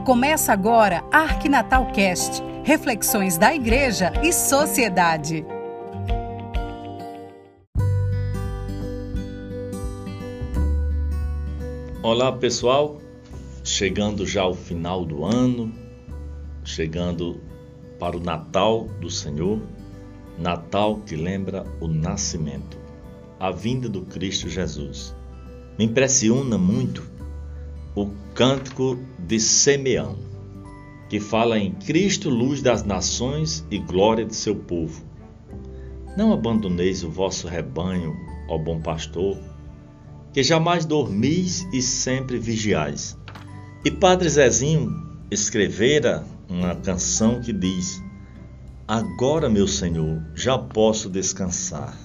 Começa agora Arquinatal Cast, reflexões da igreja e sociedade. Olá pessoal, chegando já ao final do ano, chegando para o Natal do Senhor, Natal que lembra o nascimento, a vinda do Cristo Jesus. Me impressiona muito o cântico de Simeão, que fala em Cristo, luz das nações e glória de seu povo. Não abandoneis o vosso rebanho, ó bom pastor, que jamais dormis e sempre vigiais. E Padre Zezinho escrevera uma canção que diz: agora, meu Senhor, já posso descansar,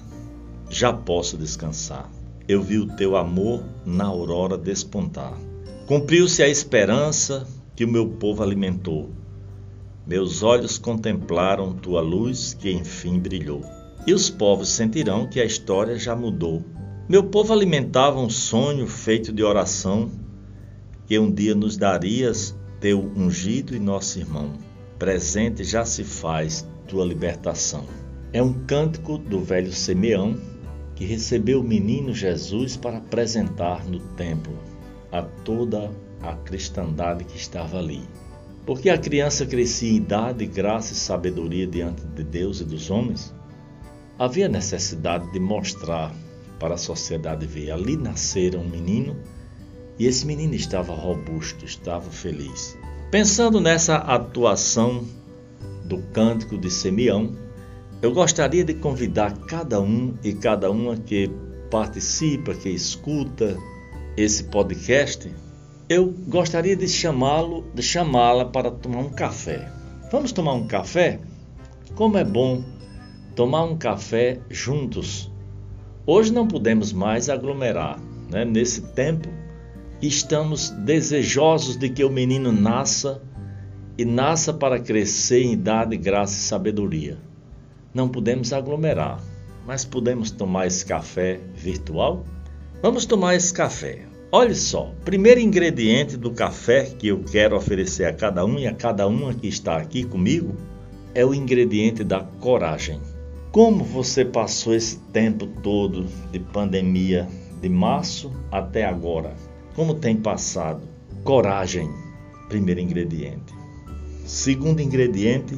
eu vi o teu amor na aurora despontar. Cumpriu-se a esperança que o meu povo alimentou. Meus olhos contemplaram tua luz que enfim brilhou. E os povos sentirão que a história já mudou. Meu povo alimentava um sonho feito de oração, que um dia nos darias teu ungido e nosso irmão. Presente já se faz tua libertação. É um cântico do velho Simeão, que recebeu o menino Jesus para apresentar no templo a toda a cristandade que estava ali. Porque a criança crescia em idade, graça e sabedoria diante de Deus e dos homens, havia necessidade de mostrar para a sociedade ver. Ali nascera um menino e esse menino estava robusto, estava feliz. Pensando nessa atuação do cântico de Simeão, eu gostaria de convidar cada um e cada uma que participa, que escuta esse podcast, eu gostaria de chamá-la para tomar um café. Vamos tomar um café? Como é bom tomar um café juntos. Hoje não podemos mais aglomerar, né? Nesse tempo, estamos desejosos de que o menino nasça e nasça para crescer em idade, graça e sabedoria. Não podemos aglomerar, mas podemos tomar esse café virtual? Vamos tomar esse café. Olha só, primeiro ingrediente do café que eu quero oferecer a cada um e a cada uma que está aqui comigo é o ingrediente da coragem. Como você passou esse tempo todo de pandemia, de março até agora? Como tem passado? Coragem, primeiro ingrediente. Segundo ingrediente,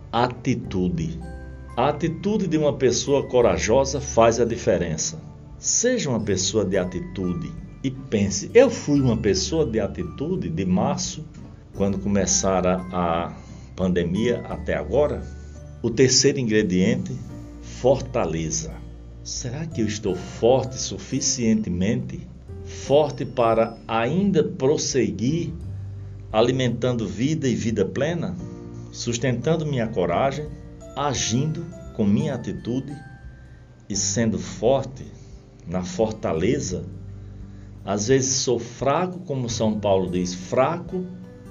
atitude. A atitude de uma pessoa corajosa faz a diferença. Seja uma pessoa de atitude e pense, eu fui uma pessoa de atitude de março, quando começara a pandemia, até agora. O terceiro ingrediente, fortaleza. Será que eu estou forte suficientemente? Forte para ainda prosseguir alimentando vida e vida plena? Sustentando minha coragem, agindo com minha atitude e sendo forte na fortaleza. Às vezes sou fraco, como São Paulo diz, fraco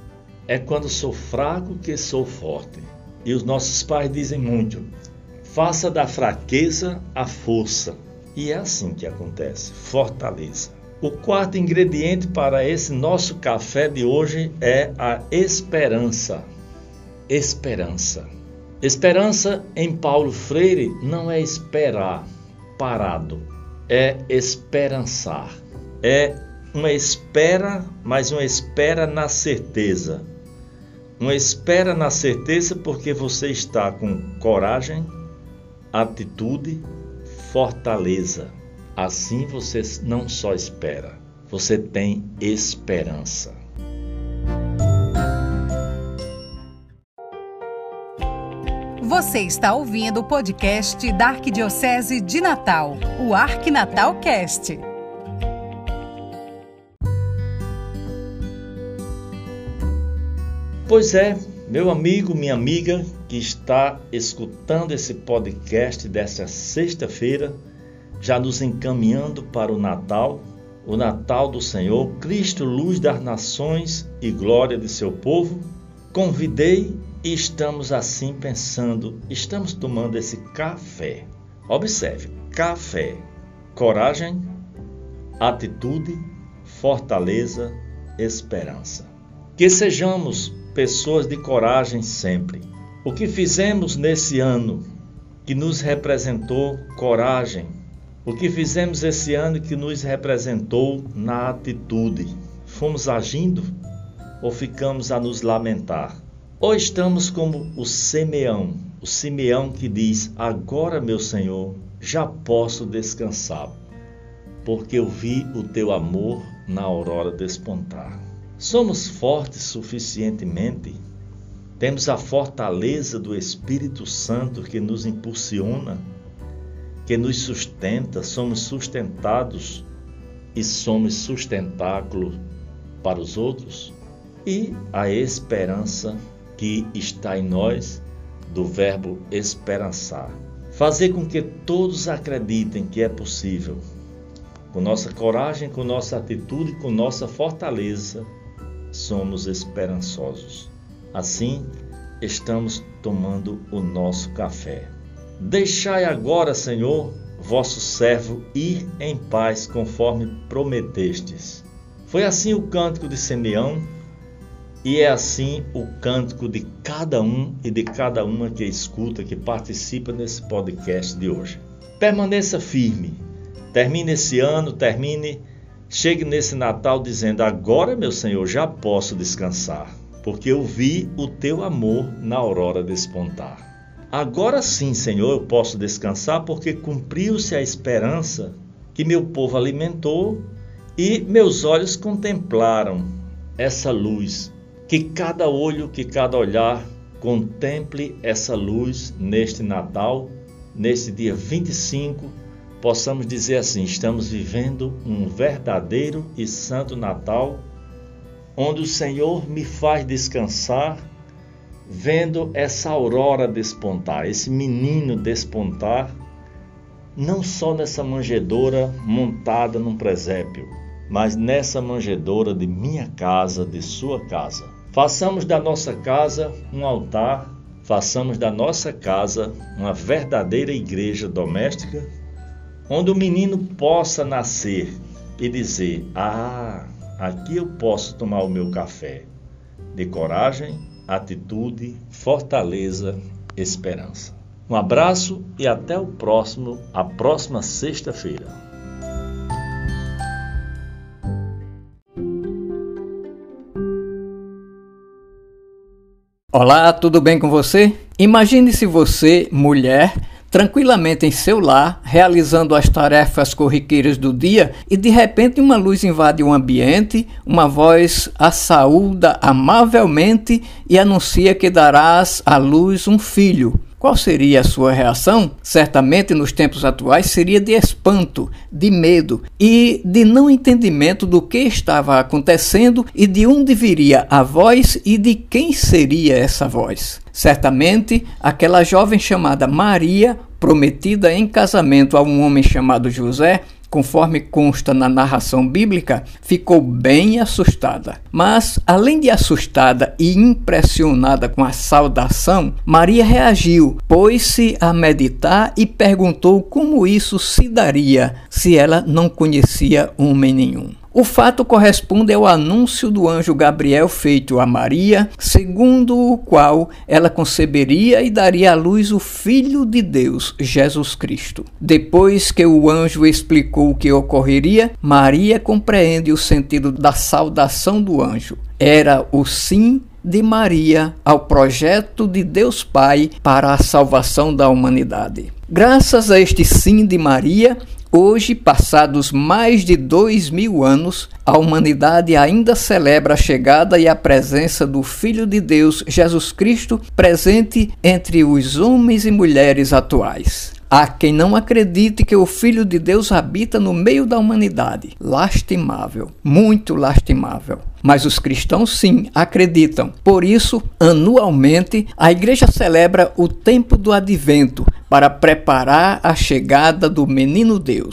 é quando sou fraco que sou forte. E os nossos pais dizem muito, faça da fraqueza a força. E é assim que acontece, fortaleza. O quarto ingrediente para esse nosso café de hoje é a esperança. Esperança. Esperança em Paulo Freire não é esperar parado, é esperançar. É uma espera, mas uma espera na certeza. Uma espera na certeza porque você está com coragem, atitude, fortaleza. Assim você não só espera, você tem esperança. Você está ouvindo o podcast da Arquidiocese de Natal, o Arquinatal Cast. Pois é, meu amigo, minha amiga que está escutando esse podcast desta sexta-feira, já nos encaminhando para o Natal do Senhor, Cristo, luz das nações e glória de seu povo, convidei e estamos assim pensando, estamos tomando esse café. Observe, café, coragem, atitude, fortaleza, esperança. Que sejamos pessoas de coragem sempre. O que fizemos nesse ano que nos representou coragem? O que fizemos esse ano que nos representou na atitude? Fomos agindo ou ficamos a nos lamentar? Ou estamos como o Simeão que diz: agora, meu Senhor, já posso descansar, porque eu vi o teu amor na aurora despontar. Somos fortes suficientemente? Temos a fortaleza do Espírito Santo que nos impulsiona, que nos sustenta, somos sustentados e somos sustentáculo para os outros? E a esperança que está em nós, do verbo esperançar. Fazer com que todos acreditem que é possível. Com nossa coragem, com nossa atitude, com nossa fortaleza, somos esperançosos. Assim, estamos tomando o nosso café. Deixai agora, Senhor, vosso servo ir em paz, conforme prometestes. Foi assim o cântico de Simeão, e é assim o cântico de cada um e de cada uma que escuta, que participa nesse podcast de hoje. Permaneça firme, termine esse ano, chegue nesse Natal dizendo: agora, meu Senhor, já posso descansar, porque eu vi o teu amor na aurora despontar. Agora sim, Senhor, eu posso descansar, porque cumpriu-se a esperança que meu povo alimentou e meus olhos contemplaram essa luz. Que cada olho, que cada olhar contemple essa luz neste Natal, neste dia 25, possamos dizer assim: estamos vivendo um verdadeiro e santo Natal, onde o Senhor me faz descansar, vendo essa aurora despontar, esse menino despontar, não só nessa manjedoura montada num presépio, mas nessa manjedoura de minha casa, de sua casa. Façamos da nossa casa um altar, façamos da nossa casa uma verdadeira igreja doméstica, onde o menino possa nascer e dizer: aqui eu posso tomar o meu café, de coragem, atitude, fortaleza, esperança. Um abraço e até a próxima sexta-feira. Olá, tudo bem com você? Imagine se você, mulher, tranquilamente em seu lar, realizando as tarefas corriqueiras do dia, e de repente uma luz invade o ambiente, uma voz a saúda amavelmente e anuncia que darás à luz um filho. Qual seria a sua reação? Certamente nos tempos atuais seria de espanto, de medo e de não entendimento do que estava acontecendo e de onde viria a voz e de quem seria essa voz. Certamente aquela jovem chamada Maria, prometida em casamento a um homem chamado José, conforme consta na narração bíblica, ficou bem assustada. Mas, além de assustada e impressionada com a saudação, Maria reagiu, pôs-se a meditar e perguntou como isso se daria se ela não conhecia homem nenhum. O fato corresponde ao anúncio do anjo Gabriel feito a Maria, segundo o qual ela conceberia e daria à luz o Filho de Deus, Jesus Cristo. Depois que o anjo explicou o que ocorreria, Maria compreende o sentido da saudação do anjo. Era o sim de Maria ao projeto de Deus Pai para a salvação da humanidade. Graças a este sim de Maria, hoje, passados mais de 2000 anos, a humanidade ainda celebra a chegada e a presença do Filho de Deus, Jesus Cristo, presente entre os homens e mulheres atuais. Há quem não acredite que o Filho de Deus habita no meio da humanidade. Lastimável, muito lastimável. Mas os cristãos sim acreditam. Por isso, anualmente, a igreja celebra o tempo do advento para preparar a chegada do menino Deus.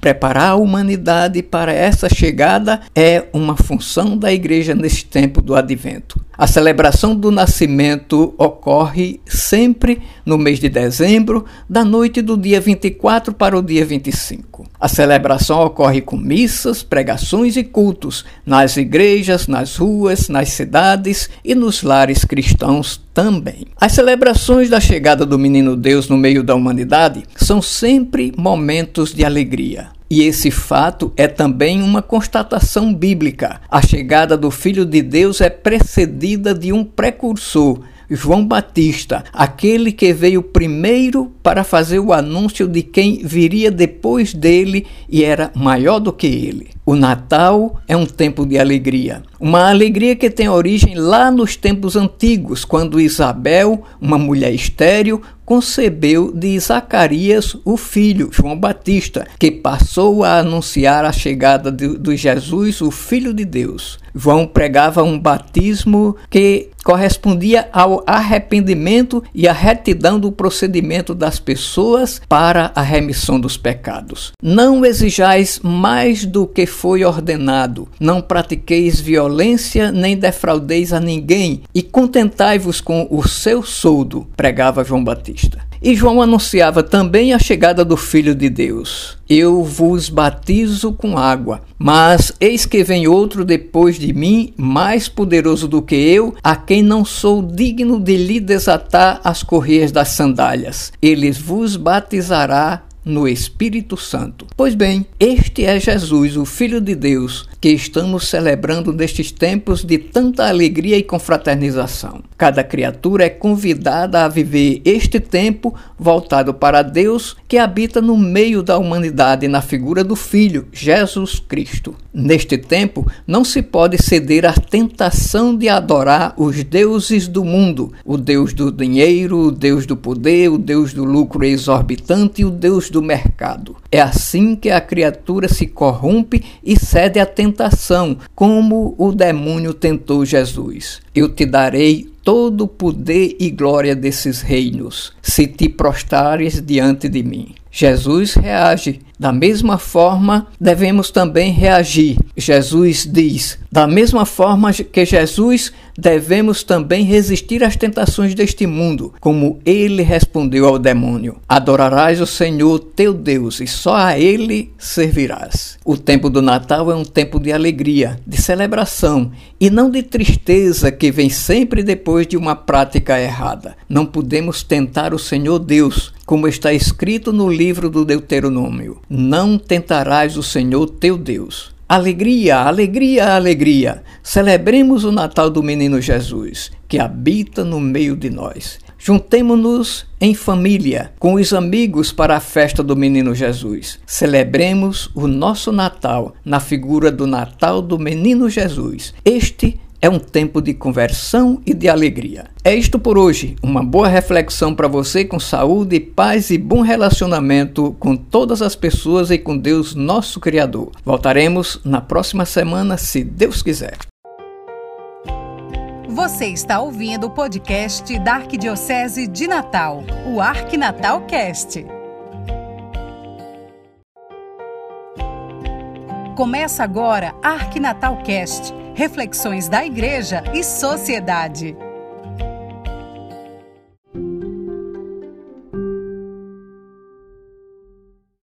Preparar a humanidade para essa chegada é uma função da Igreja neste tempo do Advento. A celebração do nascimento ocorre sempre no mês de dezembro, da noite do dia 24 para o dia 25. A celebração ocorre com missas, pregações e cultos nas igrejas, nas ruas, nas cidades e nos lares cristãos também. As celebrações da chegada do Menino Deus no meio da humanidade são sempre momentos de alegria. E esse fato é também uma constatação bíblica. A chegada do Filho de Deus é precedida de um precursor, João Batista, aquele que veio primeiro para fazer o anúncio de quem viria depois dele e era maior do que ele. O Natal é um tempo de alegria. Uma alegria que tem origem lá nos tempos antigos, quando Isabel, uma mulher estéril, concebeu de Zacarias o filho, João Batista, que passou a anunciar a chegada de Jesus, o Filho de Deus. João pregava um batismo que correspondia ao arrependimento e à retidão do procedimento das pessoas para a remissão dos pecados. Não exijais mais do que foi ordenado, não pratiqueis violência, nem defraudeis a ninguém, e contentai-vos com o seu soldo, pregava João Batista. E João anunciava também a chegada do Filho de Deus. Eu vos batizo com água, mas eis que vem outro depois de mim, mais poderoso do que eu, a quem não sou digno de lhe desatar as correias das sandálias. Ele vos batizará no Espírito Santo. Pois bem, este é Jesus, o Filho de Deus, que estamos celebrando nestes tempos de tanta alegria e confraternização. Cada criatura é convidada a viver este tempo voltado para Deus, que habita no meio da humanidade na figura do Filho, Jesus Cristo. Neste tempo, não se pode ceder à tentação de adorar os deuses do mundo, o Deus do dinheiro, o Deus do poder, o Deus do lucro exorbitante e o Deus do mercado. É assim que a criatura se corrompe e cede à tentação, como o demônio tentou Jesus. Eu te darei todo o poder e glória desses reinos, se te prostrares diante de mim. Jesus reage. Da mesma forma, devemos também reagir. Jesus diz, da mesma forma que Jesus, devemos também resistir às tentações deste mundo, como ele respondeu ao demônio. Adorarás o Senhor teu Deus e só a ele servirás. O tempo do Natal é um tempo de alegria, de celebração e não de tristeza que vem sempre depois de uma prática errada. Não podemos tentar o Senhor Deus, como está escrito no livro do Deuteronômio. Não tentarás o Senhor teu Deus. Alegria, alegria, alegria! Celebremos o Natal do Menino Jesus, que habita no meio de nós. Juntemo-nos em família, com os amigos para a festa do Menino Jesus. Celebremos o nosso Natal na figura do Natal do Menino Jesus. Este é um tempo de conversão e de alegria. É isto por hoje. Uma boa reflexão para você, com saúde, paz e bom relacionamento com todas as pessoas e com Deus, nosso Criador. Voltaremos na próxima semana, se Deus quiser. Você está ouvindo o podcast da Arquidiocese de Natal, o Arquinatalcast. Começa agora Arquinatalcast, reflexões da Igreja e sociedade.